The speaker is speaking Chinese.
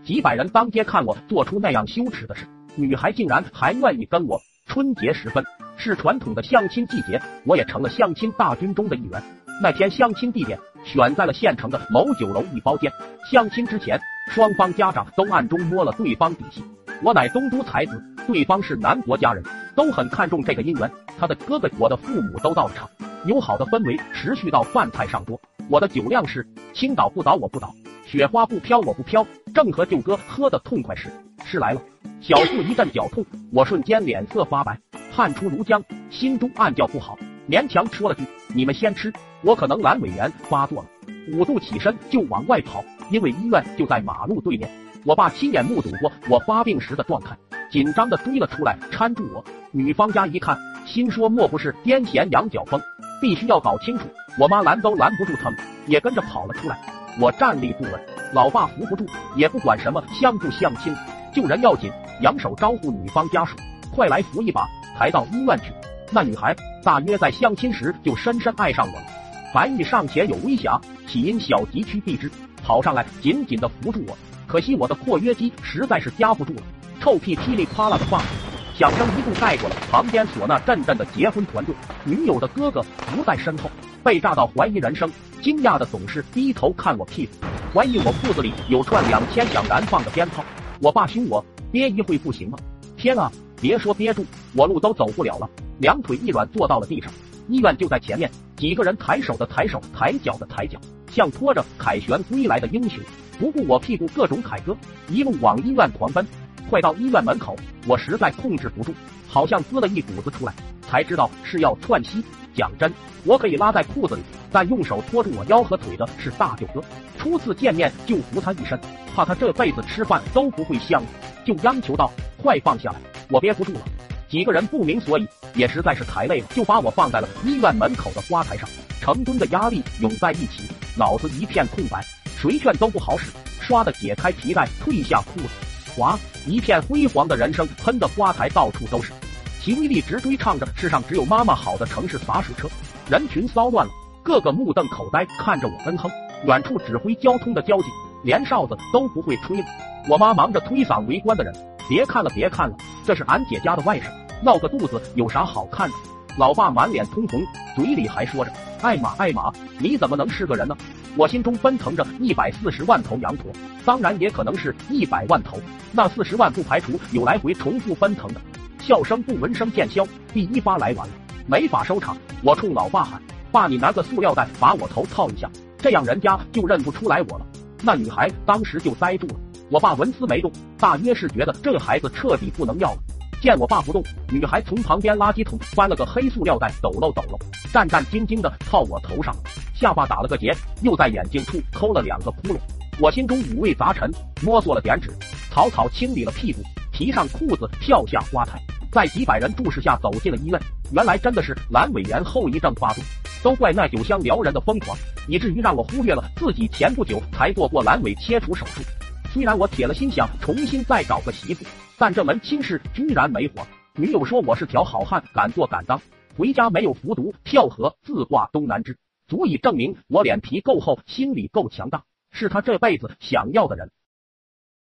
几百人当街看我做出那样羞耻的事，女孩竟然还愿意跟我。春节时分是传统的相亲季节，我也成了相亲大军中的一员。那天相亲地点选在了县城的某酒楼一包间。相亲之前，双方家长都暗中摸了对方底细。我乃东都才子，对方是南国家人，都很看重这个姻缘。他的哥哥、我的父母都到了场，友好的氛围持续到饭菜上桌。我的酒量是青岛不倒我不倒，雪花不飘我不飘，正和舅哥喝得痛快时，事来了。小腹一阵绞痛，我瞬间脸色发白，汗出如浆，心中暗叫不好，勉强说了句：“你们先吃，我可能阑尾炎发作了。”5度起身就往外跑，因为医院就在马路对面。我爸亲眼目睹过我发病时的状态，紧张的追了出来搀住我。女方家一看，心说莫不是癫痫羊角风，必须要搞清楚。我妈拦都拦不住他们，也跟着跑了出来。我站立不稳，老爸扶不住，也不管什么相不相亲，救人要紧，扬手招呼女方家属，快来扶一把，抬到医院去。那女孩大约在相亲时就深深爱上我了。白玉尚且有微瑕，岂因小疾趋避之，跑上来紧紧地扶住我。可惜我的括约肌实在是夹不住了，臭屁噼里啪啦的放，响声一度盖过了旁边所那阵阵的结婚团队。女友的哥哥不在身后，被炸到怀疑人生，惊讶的总是低头看我屁股，怀疑我裤子里有串2000响燃放的鞭炮。我爸凶我，憋一会不行吗？天啊，别说憋住，我路都走不了了，两腿一软坐到了地上。医院就在前面，几个人抬手的抬手，抬脚的抬脚，像拖着凯旋归来的英雄，不顾我屁股各种凯歌，一路往医院狂奔。快到医院门口，我实在控制不住，好像滋了一股子出来，才知道是要串吸。讲真，我可以拉在裤子里，但用手托住我腰和腿的是大舅哥。初次见面就扶他一身，怕他这辈子吃饭都不会香，就央求道：“快放下来！”我憋不住了。几个人不明所以，也实在是太累了，就把我放在了医院门口的花台上。成吨的压力涌在一起，脑子一片空白，谁劝都不好使。唰的解开皮带，褪下裤子，哗，一片辉煌的人生喷的花台到处都是。齐威力直追唱着世上只有妈妈好的城市洒水车，人群骚乱了，个个目瞪口呆看着我跟哼。远处指挥交通的交警连哨子都不会吹了。我妈忙着推搡围观的人：“别看了别看了，这是俺姐家的外甥，闹个肚子有啥好看的？”老爸满脸通红，嘴里还说着：“艾玛艾玛，你怎么能是个人呢？”我心中奔腾着140万头羊驼，当然也可能是100万头，那40万不排除有来回重复奔腾的。笑声不闻声渐消，第一发来完了，没法收场。我冲老爸喊：“爸，你拿个塑料袋把我头套一下，这样人家就认不出来我了。”那女孩当时就呆住了。我爸纹丝没动，大约是觉得这孩子彻底不能要了。见我爸不动，女孩从旁边垃圾桶翻了个黑塑料袋，抖搂抖搂，战战兢兢地套我头上，下巴打了个结，又在眼睛处抠了2个窟窿。我心中五味杂陈，摸索了点纸，草草清理了屁股，提上裤子，跳下花台，在几百人注视下走进了医院。原来真的是阑尾炎后遗症发作，都怪那酒香撩人的疯狂，以至于让我忽略了自己前不久才做过阑尾切除手术。虽然我铁了心想重新再找个媳妇，但这门亲事居然没活。女友说我是条好汉，敢做敢当，回家没有服毒跳河自挂东南枝，足以证明我脸皮够厚，心理够强大，是他这辈子想要的人。